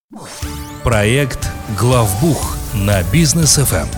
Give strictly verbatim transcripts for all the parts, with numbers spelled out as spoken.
Проект «Главбух» на Бизнес эф эм.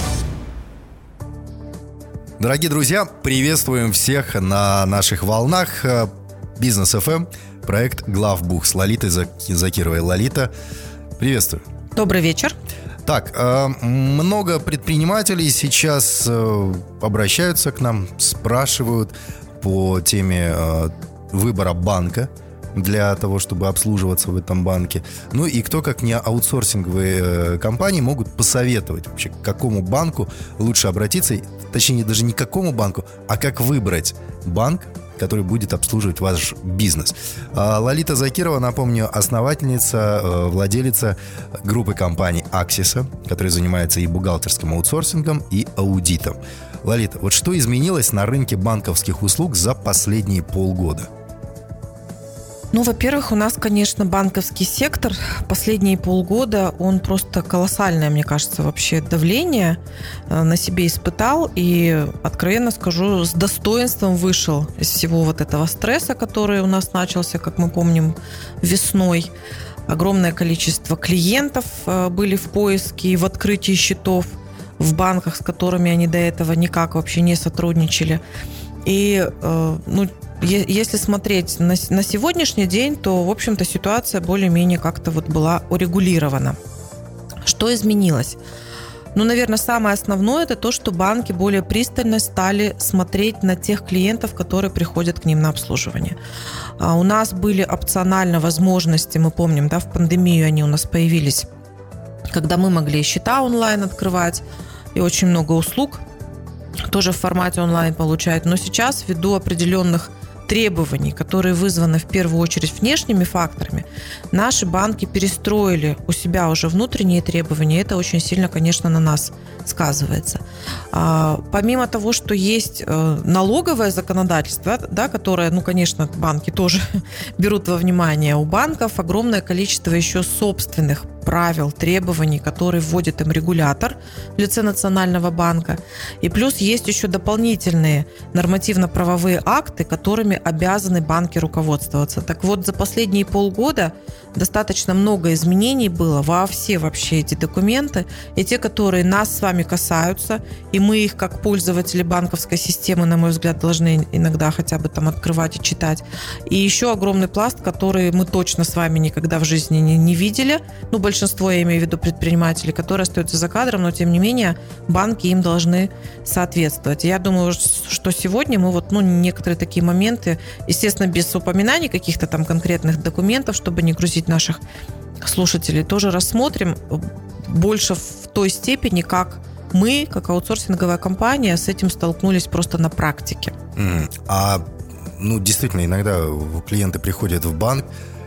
Дорогие друзья, приветствуем всех на наших волнах. Бизнес эф эм, проект «Главбух» с Лолитой Закировой. Лолита, приветствую. Добрый вечер. Так, много предпринимателей сейчас обращаются к нам, спрашивают по теме выбора банка для того, чтобы обслуживаться в этом банке. Ну и кто, как не аутсорсинговые компании, могут посоветовать вообще, к какому банку лучше обратиться, точнее, даже не к какому банку, а как выбрать банк, который будет обслуживать ваш бизнес. Лолита Закирова, напомню, основательница, владелица группы компаний Аксиса, которая занимается и бухгалтерским аутсорсингом, и аудитом. Лолита, вот что изменилось на рынке банковских услуг за последние полгода? Ну, во-первых, у нас, конечно, банковский сектор последние полгода, он просто колоссальное, мне кажется, вообще давление на себе испытал. И, откровенно скажу, с достоинством вышел из всего вот этого стресса, который у нас начался, как мы помним, весной. Огромное количество клиентов были в поиске и в открытии счетов в банках, с которыми они до этого никак вообще не сотрудничали. И, ну, если смотреть на, на сегодняшний день, то, в общем-то, ситуация более-менее как-то вот была урегулирована. Что изменилось? Ну, наверное, самое основное – это то, что банки более пристально стали смотреть на тех клиентов, которые приходят к ним на обслуживание. А у нас были опционально возможности, мы помним, да, в пандемию они у нас появились, когда мы могли счета онлайн открывать и очень много услуг тоже в формате онлайн получать. Но сейчас, ввиду определенных требований, которые вызваны в первую очередь внешними факторами, наши банки перестроили у себя уже внутренние требования. Это очень сильно, конечно, на нас сказывается. А, помимо того, что есть налоговое законодательство, да, которое, ну, конечно, банки тоже берут во внимание, у банков огромное количество еще собственных правил, требований, которые вводит им регулятор в лице Национального банка. И плюс есть еще дополнительные нормативно-правовые акты, которыми обязаны банки руководствоваться. Так вот, за последние полгода достаточно много изменений было во все вообще эти документы, и те, которые нас с вами касаются, и мы их, как пользователи банковской системы, на мой взгляд, должны иногда хотя бы там открывать и читать. И еще огромный пласт, который мы точно с вами никогда в жизни не, не видели, ну, большинство, я имею в виду предпринимателей, которые остаются за кадром, но, тем не менее, банки им должны соответствовать. И я думаю, что сегодня мы вот, ну, некоторые такие моменты, естественно, без упоминаний каких-то там конкретных документов, чтобы не грузить наших слушателей, тоже рассмотрим больше в той степени, как мы, как аутсорсинговая компания, с этим столкнулись просто на практике. Mm. А, ну, действительно, иногда клиенты приходят в банк,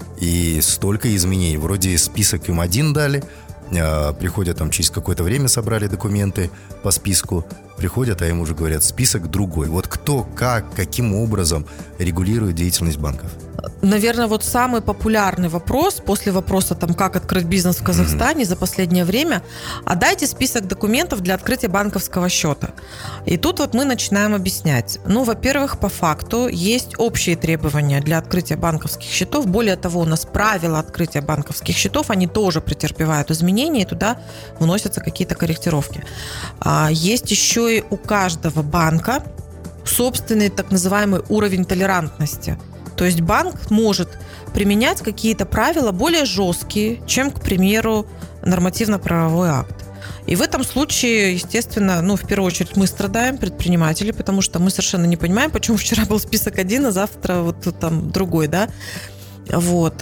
и столько изменений. Вроде список им один дали, приходят там через какое-то время, собрали документы по списку, приходят, а им уже говорят, список другой. Вот кто, как, каким образом регулирует деятельность банков? Наверное, вот самый популярный вопрос после вопроса, там, как открыть бизнес в Казахстане mm-hmm. за последнее время, а дайте список документов для открытия банковского счета. И тут вот мы начинаем объяснять. Ну, во-первых, по факту есть общие требования для открытия банковских счетов. Более того, у нас правила открытия банковских счетов, они тоже претерпевают изменения, и туда вносятся какие-то корректировки. Есть еще и у каждого банка собственный так называемый уровень толерантности. То есть банк может применять какие-то правила более жесткие, чем, к примеру, нормативно-правовой акт. И в этом случае, естественно, ну, в первую очередь мы страдаем, предприниматели, потому что мы совершенно не понимаем, почему вчера был список один, а завтра вот там другой, да. Вот.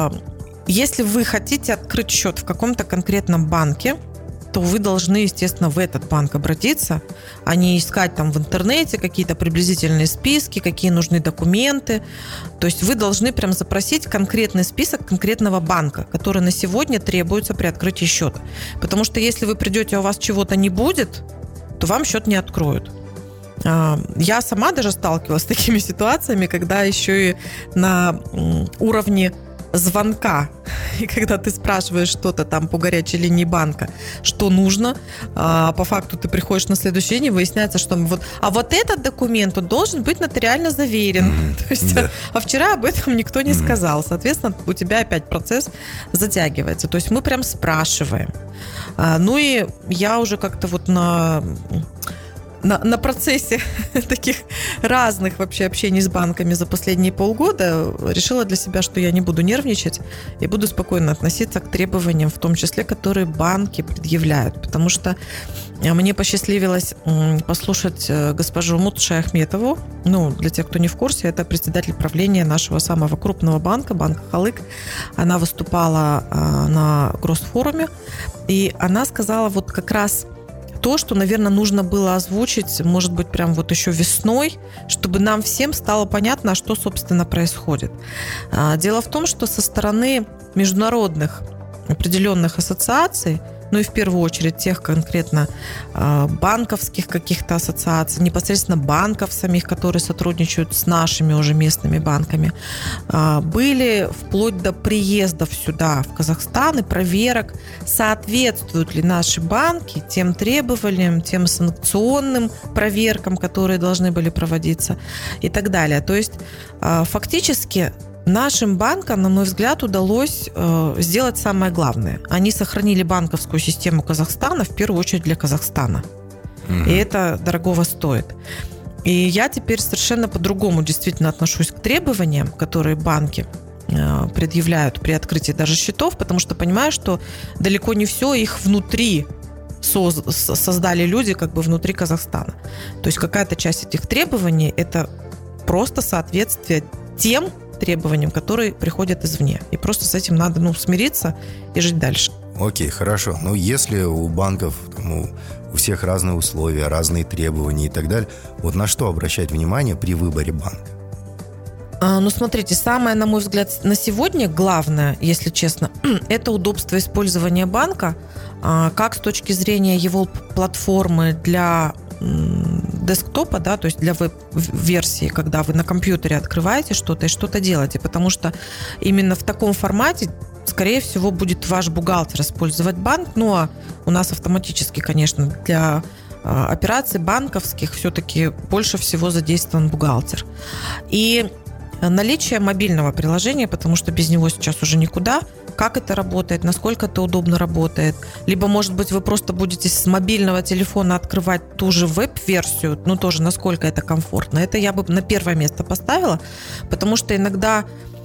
Если вы хотите открыть счет в каком-то конкретном банке, то вы должны, естественно, в этот банк обратиться, а не искать там в интернете какие-то приблизительные списки, какие нужны документы. То есть вы должны прям запросить конкретный список конкретного банка, который на сегодня требуется при открытии счета. Потому что если вы придете, а у вас чего-то не будет, то вам счет не откроют. Я сама даже сталкивалась с такими ситуациями, когда еще и на уровне звонка, и когда ты спрашиваешь что-то там по горячей линии банка, что нужно, а по факту ты приходишь на следующий день, и выясняется, что вот, а вот этот документ, он должен быть нотариально заверен. Mm-hmm. То есть, да. а, а вчера об этом никто не mm-hmm. сказал. Соответственно, у тебя опять процесс затягивается. То есть мы прям спрашиваем. А, ну и я уже как-то вот на... На, на процессе таких разных вообще общений с банками за последние полгода решила для себя, что я не буду нервничать и буду спокойно относиться к требованиям, в том числе, которые банки предъявляют. Потому что мне посчастливилось послушать госпожу Умут Шаяхметову. Ну, для тех, кто не в курсе, это председатель правления нашего самого крупного банка, банка Халык. Она выступала на Гроссфоруме, и она сказала вот как раз то, что, наверное, нужно было озвучить, может быть, прям вот еще весной, чтобы нам всем стало понятно, что, собственно, происходит. Дело в том, что со стороны международных определенных ассоциаций, ну и в первую очередь тех конкретно банковских каких-то ассоциаций, непосредственно банков самих, которые сотрудничают с нашими уже местными банками, были вплоть до приездов сюда, в Казахстан, и проверок, соответствуют ли наши банки тем требованиям, тем санкционным проверкам, которые должны были проводиться и так далее. То есть фактически нашим банкам, на мой взгляд, удалось э, сделать самое главное. Они сохранили банковскую систему Казахстана, в первую очередь для Казахстана. Mm-hmm. И это дорогого стоит. И я теперь совершенно по-другому действительно отношусь к требованиям, которые банки э, предъявляют при открытии даже счетов, потому что понимаю, что далеко не все их внутри соз- создали люди как бы внутри Казахстана. То есть какая-то часть этих требований – это просто соответствие тем требованиям, которые приходят извне. И просто с этим надо, ну, смириться и жить дальше. Окей, хорошо. Но если у банков, там, у, у всех разные условия, разные требования и так далее, вот на что обращать внимание при выборе банка? А, ну, смотрите, самое, на мой взгляд, на сегодня главное, если честно, это удобство использования банка, а, как с точки зрения его платформы для десктопа, да, то есть для веб-версии, когда вы на компьютере открываете что-то и что-то делаете, потому что именно в таком формате, скорее всего, будет ваш бухгалтер использовать банк, ну а у нас автоматически, конечно, для операций банковских все-таки больше всего задействован бухгалтер. И наличие мобильного приложения, потому что без него сейчас уже никуда, как это работает, насколько это удобно работает. Либо, может быть, вы просто будете с мобильного телефона открывать ту же веб-версию, ну, тоже насколько это комфортно. Это я бы на первое место поставила, потому что иногда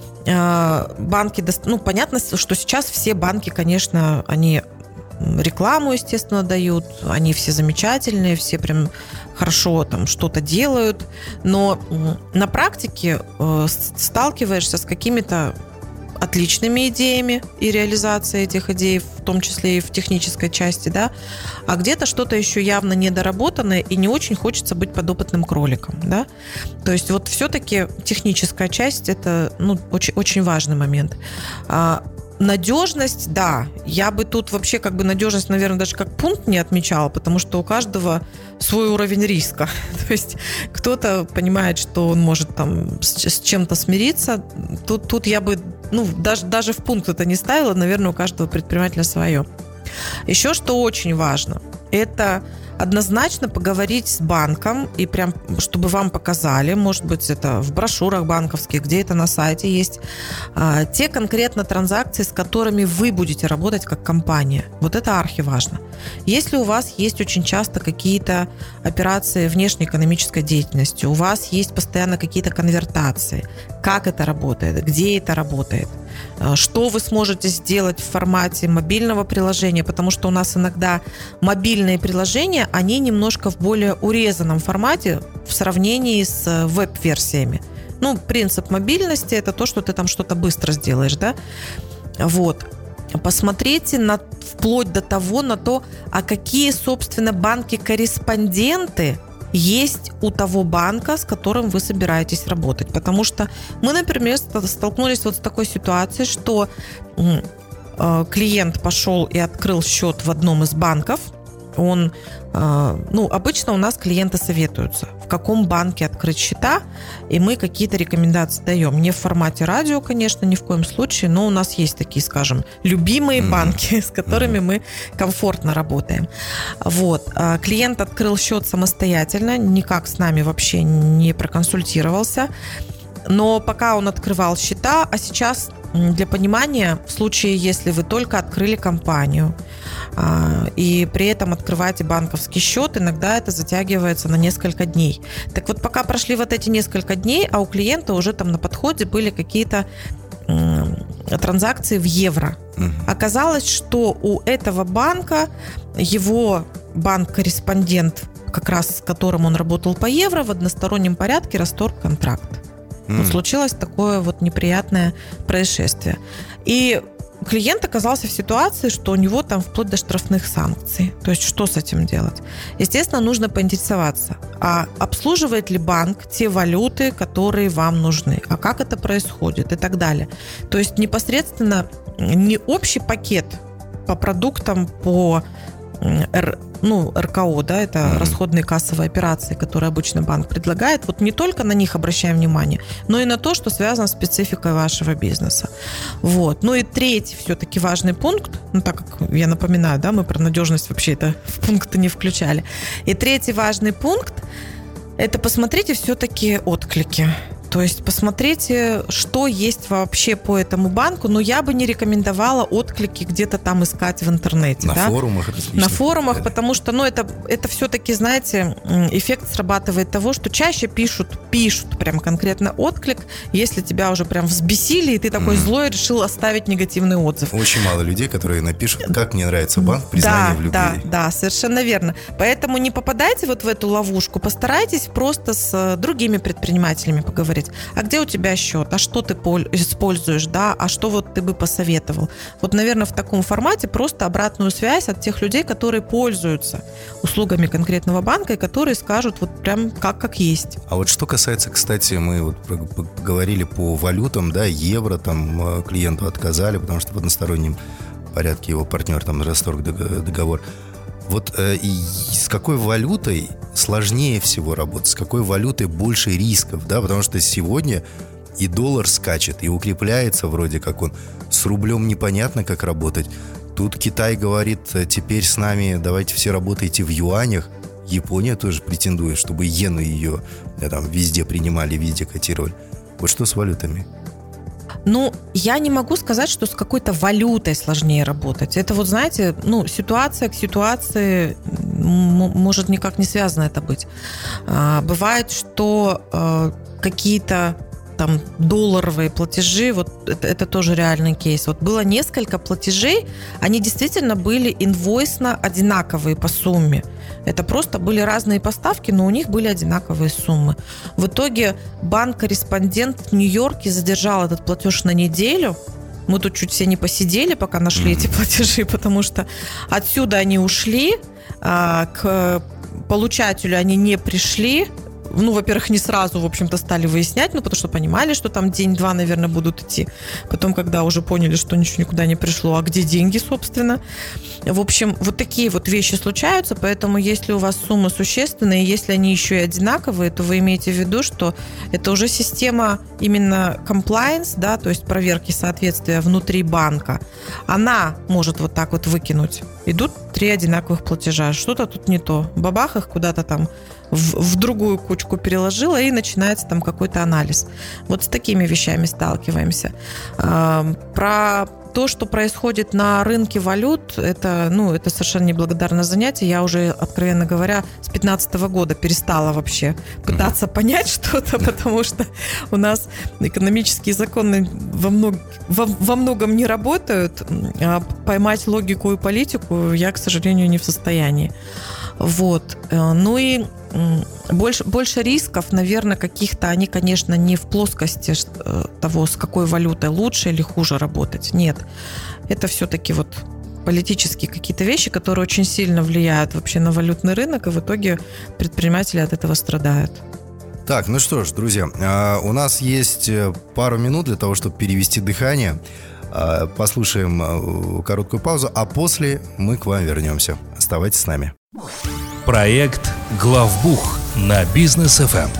э, банки... Ну, понятно, что сейчас все банки, конечно, они рекламу, естественно, дают, они все замечательные, все прям хорошо там что-то делают, но на практике э, сталкиваешься с какими-то отличными идеями и реализацией этих идей, в том числе и в технической части, да, а где-то что-то еще явно недоработанное, и не очень хочется быть подопытным кроликом, да. То есть вот все-таки техническая часть – это, ну, очень, очень важный момент. А, надежность, да, я бы тут вообще как бы надежность, наверное, даже как пункт не отмечала, потому что у каждого свой уровень риска. То есть кто-то понимает, что он может там с, с чем-то смириться. Тут, тут я бы, ну, даже, даже в пункт это не ставила, наверное, у каждого предпринимателя свое. Еще что очень важно, это однозначно поговорить с банком и прям, чтобы вам показали, может быть, это в брошюрах банковских, где это на сайте есть, те конкретно транзакции, с которыми вы будете работать как компания. Вот это архиважно. Если у вас есть очень часто какие-то операции внешнеэкономической деятельности, у вас есть постоянно какие-то конвертации, как это работает, где это работает, что вы сможете сделать в формате мобильного приложения, потому что у нас иногда мобильные приложения, они немножко в более урезанном формате в сравнении с веб-версиями. Ну, принцип мобильности – это то, что ты там что-то быстро сделаешь, да? Вот. Посмотрите на, вплоть до того, на то, а какие, собственно, банки-корреспонденты есть у того банка, с которым вы собираетесь работать. Потому что мы, например, столкнулись вот с такой ситуацией, что клиент пошел и открыл счет в одном из банков. Он, ну, обычно у нас клиенты советуются, в каком банке открыть счета, и мы какие-то рекомендации даем. Не в формате радио, конечно, ни в коем случае, но у нас есть такие, скажем, любимые mm-hmm. банки, с которыми mm-hmm. мы комфортно работаем. Вот. Клиент открыл счет самостоятельно, никак с нами вообще не проконсультировался, но пока он открывал счета, а сейчас, для понимания, в случае, если вы только открыли компанию и при этом открываете банковский счет, иногда это затягивается на несколько дней. Так вот, пока прошли вот эти несколько дней, а у клиента уже там на подходе были какие-то транзакции в евро. Угу. Оказалось, что у этого банка его банк-корреспондент, как раз с которым он работал по евро, в одностороннем порядке расторг контракт. Mm. Вот случилось такое вот неприятное происшествие. И клиент оказался в ситуации, что у него там вплоть до штрафных санкций. То есть что с этим делать? Естественно, нужно поинтересоваться, а обслуживает ли банк те валюты, которые вам нужны, а как это происходит и так далее. То есть непосредственно не общий пакет по продуктам, по ну, эр ка о, да, это mm-hmm. расходные кассовые операции, которые обычно банк предлагает. Вот не только на них обращаем внимание, но и на то, что связано с спецификой вашего бизнеса. Вот. Ну и третий все-таки важный пункт, ну так как я напоминаю, да, мы про надежность вообще это в пункты не включали. И третий важный пункт – это посмотрите все-таки отклики. То есть посмотрите, что есть вообще по этому банку, но я бы не рекомендовала отклики где-то там искать в интернете. На да? форумах. На форумах, потому что ну, это, это все-таки, знаете, эффект срабатывает того, что чаще пишут, пишут прям конкретно отклик, если тебя уже прям взбесили, и ты такой mm. злой решил оставить негативный отзыв. Очень мало людей, которые напишут, как мне нравится банк, признание да, в любви. Да, да, совершенно верно. Поэтому не попадайте вот в эту ловушку, постарайтесь просто с другими предпринимателями поговорить. А где у тебя счет? А что ты используешь? Да? А что вот ты бы посоветовал? Вот, наверное, в таком формате просто обратную связь от тех людей, которые пользуются услугами конкретного банка и которые скажут вот прям как, как есть. А вот что касается, кстати, мы вот поговорили по валютам, да, евро там клиенту отказали, потому что в одностороннем порядке его партнер там расторг договор. Вот э, и с какой валютой сложнее всего работать, с какой валютой больше рисков, да, потому что сегодня и доллар скачет, и укрепляется вроде как он, с рублем непонятно, как работать. Тут Китай говорит, теперь с нами давайте все работайте в юанях, Япония тоже претендует, чтобы иену ее да, там везде принимали, везде котировали. Вот что с валютами? Ну, я не могу сказать, что с какой-то валютой сложнее работать. Это вот, знаете, ну, ситуация к ситуации м- может никак не связано это быть. А, бывает, что а, какие-то там долларовые платежи, вот это, это тоже реальный кейс. Вот было несколько платежей, они действительно были инвойсно одинаковые по сумме. Это просто были разные поставки, но у них были одинаковые суммы. В итоге банк-корреспондент в Нью-Йорке задержал этот платеж на неделю. Мы тут чуть все не посидели, пока нашли mm-hmm. эти платежи, потому что отсюда они ушли, а к получателю они не пришли. Ну, во-первых, не сразу, в общем-то, стали выяснять, ну, потому что понимали, что там день-два, наверное, будут идти. Потом, когда уже поняли, что ничего никуда не пришло, а где деньги, собственно. В общем, вот такие вот вещи случаются, поэтому если у вас суммы существенные, если они еще и одинаковые, то вы имеете в виду, что это уже система именно compliance, да, то есть проверки соответствия внутри банка. Она может вот так вот выкинуть. Идут три одинаковых платежа, что-то тут не то. Бабах их куда-то там в, в другую кучку переложила, и начинается там какой-то анализ. Вот с такими вещами сталкиваемся. Про то, что происходит на рынке валют, это, ну, это совершенно неблагодарное занятие. Я уже, откровенно говоря, с две тысячи пятнадцатого года перестала вообще пытаться понять что-то, потому что у нас экономические законы во, мног, во, во многом не работают. А поймать логику и политику я, к сожалению, не в состоянии. Вот. Ну и больше, больше рисков, наверное, каких-то, они, конечно, не в плоскости того, с какой валютой лучше или хуже работать. Нет. Это все-таки вот политические какие-то вещи, которые очень сильно влияют вообще на валютный рынок, и в итоге предприниматели от этого страдают. Так, ну что ж, друзья, у нас есть пару минут для того, чтобы перевести дыхание. Послушаем короткую паузу, а после мы к вам вернемся. Оставайтесь с нами. Проект «Главбух» на Бизнес эф эм.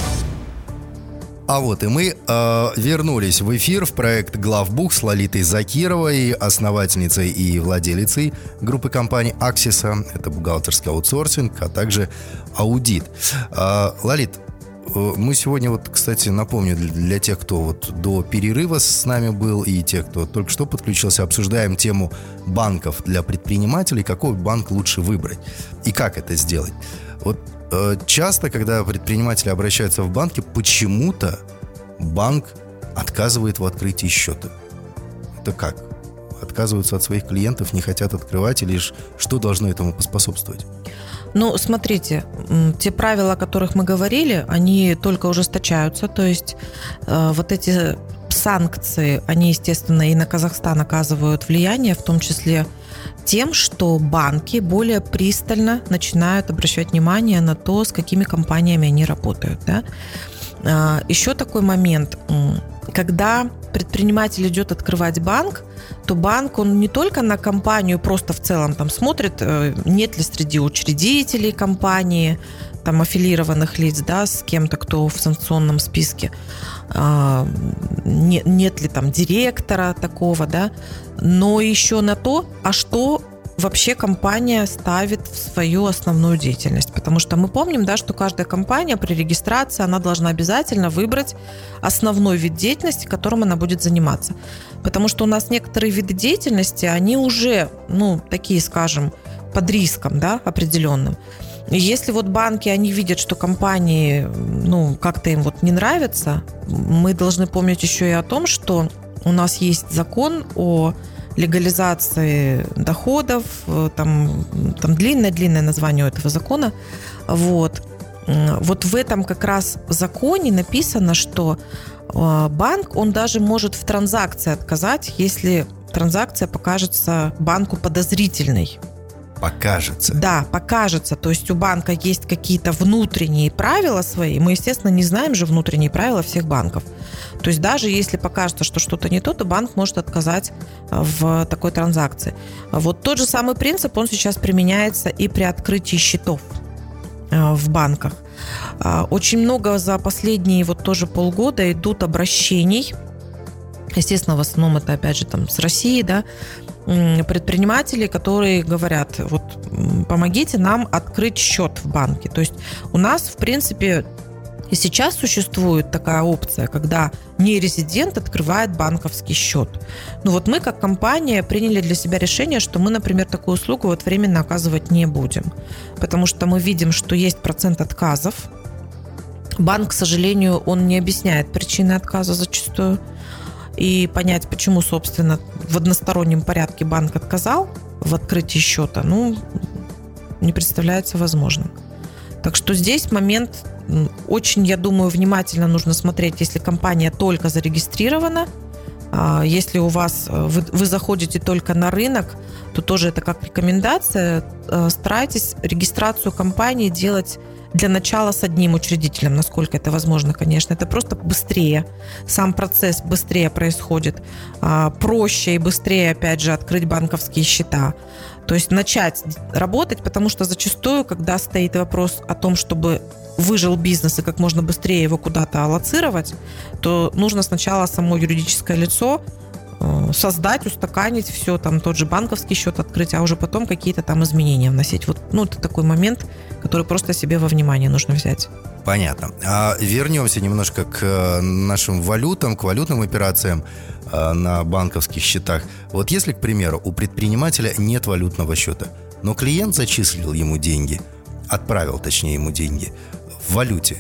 А вот и мы э, вернулись в эфир в проект «Главбух» с Лолитой Закировой, основательницей и владелицей группы компаний «Аксиса». Это бухгалтерский аутсорсинг, а также аудит. Э, Лолит, э, мы сегодня, вот, кстати, напомню, для, для тех, кто вот до перерыва с нами был, и тех, кто только что подключился, обсуждаем тему банков для предпринимателей, какой банк лучше выбрать и как это сделать. Вот часто, когда предприниматели обращаются в банки, почему-то банк отказывает в открытии счета. Это как? Отказываются от своих клиентов, не хотят открывать, или что должно этому поспособствовать? Ну, смотрите, те правила, о которых мы говорили, они только ужесточаются. То есть э, вот эти санкции, они, естественно, и на Казахстан оказывают влияние, в том числе тем, что банки более пристально начинают обращать внимание на то, с какими компаниями они работают. Да? Еще такой момент. Когда предприниматель идет открывать банк, то банк, он не только на компанию просто в целом там смотрит, нет ли среди учредителей компании, там, аффилированных лиц, да, с кем-то, кто в санкционном списке, нет, нет ли там директора такого, да, но еще на то, а что вообще компания ставит в свою основную деятельность. Потому что мы помним, да, что каждая компания при регистрации, она должна обязательно выбрать основной вид деятельности, которым она будет заниматься. Потому что у нас некоторые виды деятельности, они уже, ну, такие, скажем, под риском, да, определенным. И если вот банки, они видят, что компании, ну, как-то им вот не нравится, мы должны помнить еще и о том, что у нас есть закон о легализации доходов, там, там длинное-длинное название у этого закона. Вот. Вот в этом как раз законе написано, что банк, он даже может в транзакции отказать, если транзакция покажется банку подозрительной. Покажется. Да, покажется. То есть у банка есть какие-то внутренние правила свои. Мы, естественно, не знаем же внутренние правила всех банков. То есть даже если покажется, что что-то не то, то банк может отказать в такой транзакции. Вот тот же самый принцип, он сейчас применяется и при открытии счетов в банках. Очень много за последние вот тоже полгода идут обращений. Естественно, в основном это, опять же, там с России, да, предпринимателей, которые говорят, вот помогите нам открыть счет в банке. То есть у нас, в принципе, и сейчас существует такая опция, когда нерезидент открывает банковский счет. Ну вот мы, как компания, приняли для себя решение, что мы, например, такую услугу вот временно оказывать не будем. Потому что мы видим, что есть процент отказов. Банк, к сожалению, он не объясняет причины отказа зачастую. И понять, почему, собственно, в одностороннем порядке банк отказал в открытии счета, ну, не представляется возможным. Так что здесь момент очень, я думаю, внимательно нужно смотреть, если компания только зарегистрирована, если у вас, вы, вы заходите только на рынок, то тоже это как рекомендация, старайтесь регистрацию компании делать для начала с одним учредителем, насколько это возможно, конечно. Это просто быстрее. Сам процесс быстрее происходит. Проще и быстрее, опять же, открыть банковские счета. То есть начать работать, потому что зачастую, когда стоит вопрос о том, чтобы выжил бизнес и как можно быстрее его куда-то аллоцировать, то нужно сначала само юридическое лицо создать, устаканить все, там тот же банковский счет открыть, а уже потом какие-то там изменения вносить. Вот, ну, это такой момент, который просто себе во внимание нужно взять. Понятно. А вернемся немножко к нашим валютам, к валютным операциям на банковских счетах. Вот если, к примеру, у предпринимателя нет валютного счета, но клиент зачислил ему деньги, отправил, точнее, ему деньги в валюте,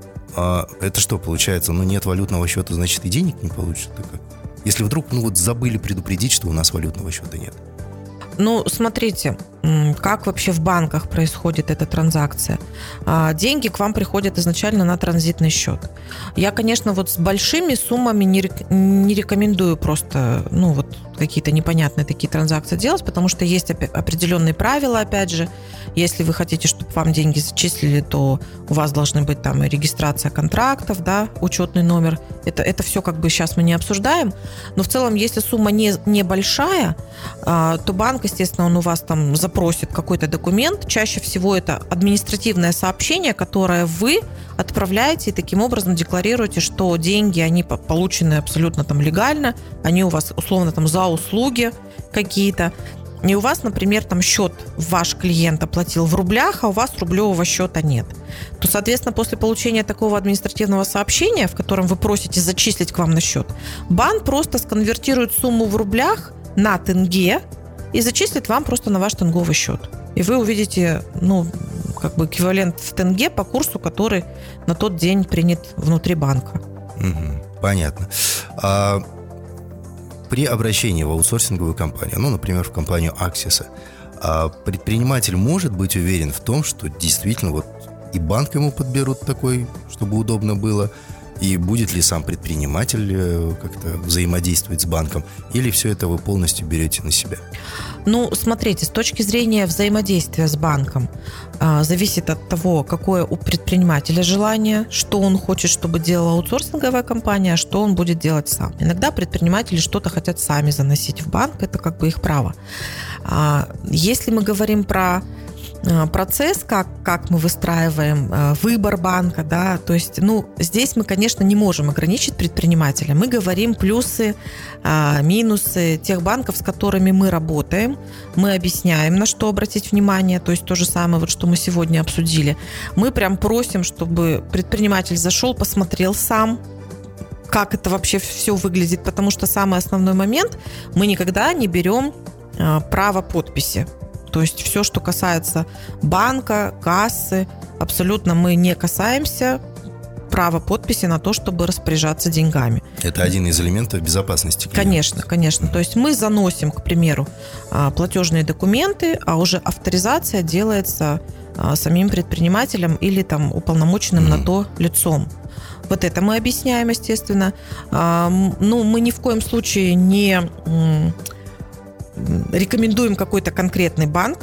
это что получается? Ну, нет валютного счета, значит, и денег не получится? Если вдруг, ну вот, забыли предупредить, что у нас валютного счета нет. Ну, смотрите, как вообще в банках происходит эта транзакция. Деньги к вам приходят изначально на транзитный счет. Я, конечно, вот с большими суммами не, рек... не рекомендую просто, ну вот, какие-то непонятные такие транзакции делать, потому что есть определенные правила, опять же. Если вы хотите, чтобы вам деньги зачислили, то у вас должны быть там и регистрация контрактов, да, учетный номер. Это, это все как бы сейчас мы не обсуждаем. Но в целом, если сумма не, небольшая, то банк, естественно, он у вас там запросит какой-то документ. Чаще всего это административное сообщение, которое вы отправляете и таким образом декларируете, что деньги, они получены абсолютно там легально, они у вас условно там за услуги какие-то. И у вас, например, там счет ваш клиент оплатил в рублях, а у вас рублевого счета нет. То, соответственно, после получения такого административного сообщения, в котором вы просите зачислить к вам на счет, банк просто сконвертирует сумму в рублях на тенге и зачислит вам просто на ваш тенговый счет. И вы увидите, ну, как бы эквивалент в тенге по курсу, который на тот день принят внутри банка. Угу, понятно. А при обращении в аутсорсинговую компанию, ну, например, в компанию Axis, а предприниматель может быть уверен в том, что действительно вот и банк ему подберут такой, чтобы удобно было, и будет ли сам предприниматель как-то взаимодействовать с банком, или все это вы полностью берете на себя? Ну, смотрите, с точки зрения взаимодействия с банком а, зависит от того, какое у предпринимателя желание, что он хочет, чтобы делала аутсорсинговая компания, а что он будет делать сам. Иногда предприниматели что-то хотят сами заносить в банк, это как бы их право. А, если мы говорим про процесс, как, как мы выстраиваем выбор банка, да, то есть, ну, здесь мы, конечно, не можем ограничить предпринимателя. Мы говорим плюсы, минусы тех банков, с которыми мы работаем. Мы объясняем, на что обратить внимание, то есть то же самое, вот, что мы сегодня обсудили. Мы прям просим, чтобы предприниматель зашел, посмотрел сам, как это вообще все выглядит, потому что самый основной момент, мы никогда не берем право подписи. То есть все, что касается банка, кассы, абсолютно мы не касаемся права подписи на то, чтобы распоряжаться деньгами. Это один из элементов безопасности клиента. Конечно, конечно. То есть мы заносим, к примеру, платежные документы, а уже авторизация делается самим предпринимателем или там уполномоченным mm-hmm. на то лицом. Вот это мы объясняем, естественно. Ну, мы ни в коем случае не рекомендуем какой-то конкретный банк,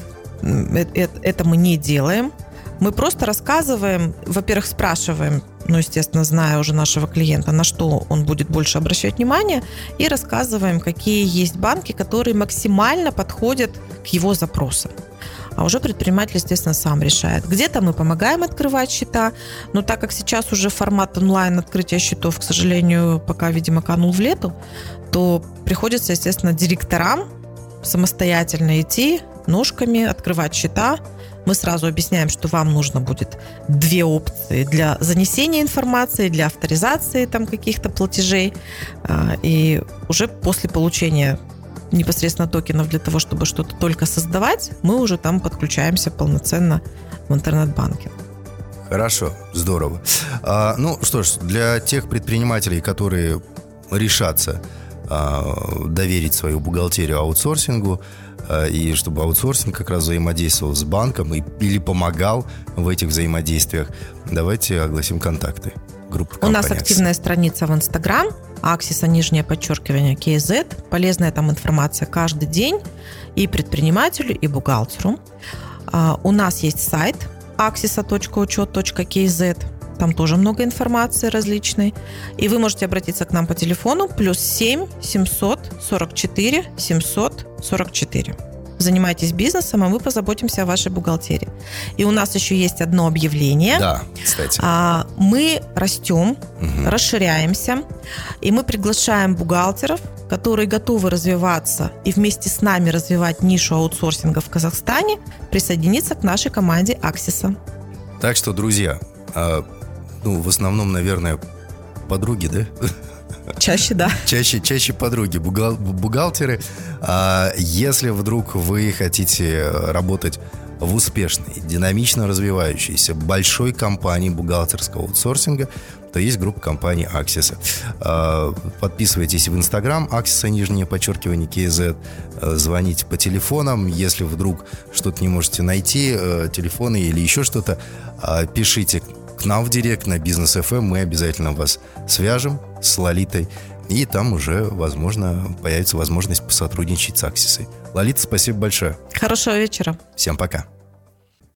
это мы не делаем. Мы просто рассказываем, во-первых, спрашиваем, ну, естественно, зная уже нашего клиента, на что он будет больше обращать внимание, и рассказываем, какие есть банки, которые максимально подходят к его запросам. А уже предприниматель, естественно, сам решает. Где-то мы помогаем открывать счета, но так как сейчас уже формат онлайн открытия счетов, к сожалению, пока, видимо, канул в лету, то приходится, естественно, директорам самостоятельно идти ножками, открывать счета. Мы сразу объясняем, что вам нужно будет две опции для занесения информации, для авторизации там каких-то платежей. И уже после получения непосредственно токенов для того, чтобы что-то только создавать, мы уже там подключаемся полноценно в интернет-банке. Хорошо, здорово. А, ну что ж, для тех предпринимателей, которые решатся доверить свою бухгалтерию аутсорсингу, и чтобы аутсорсинг как раз взаимодействовал с банком и, или помогал в этих взаимодействиях, давайте огласим контакты. Группа У нас активная страница в Инстаграм, Axis, нижнее подчеркивание, кей зет. Полезная там информация каждый день и предпринимателю, и бухгалтеру. У нас есть сайт axis точка учет точка кей зет. Там тоже много информации различной. И вы можете обратиться к нам по телефону плюс семь семьсот сорок четыре семьсот сорок четыре. Занимайтесь бизнесом, а мы позаботимся о вашей бухгалтерии. И у нас еще есть одно объявление. Да, кстати. Мы растем, угу. расширяемся, и мы приглашаем бухгалтеров, которые готовы развиваться и вместе с нами развивать нишу аутсорсинга в Казахстане, присоединиться к нашей команде Axis. Так что, друзья, ну, в основном, наверное, подруги, да? Чаще, да. Чаще, чаще подруги, бухгал, бухгалтеры. А если вдруг вы хотите работать в успешной, динамично развивающейся, большой компании бухгалтерского аутсорсинга, то есть группа компаний Axis. А, подписывайтесь в Инстаграм Axis, нижнее подчеркивание, кей зет. Звоните по телефонам. Если вдруг что-то не можете найти, телефоны или еще что-то, пишите к нам в директ на Бизнес эф эм, мы обязательно вас свяжем с Лолитой, и там уже, возможно, появится возможность посотрудничать с Аксисой. Лолита, спасибо большое. Хорошего вечера. Всем пока.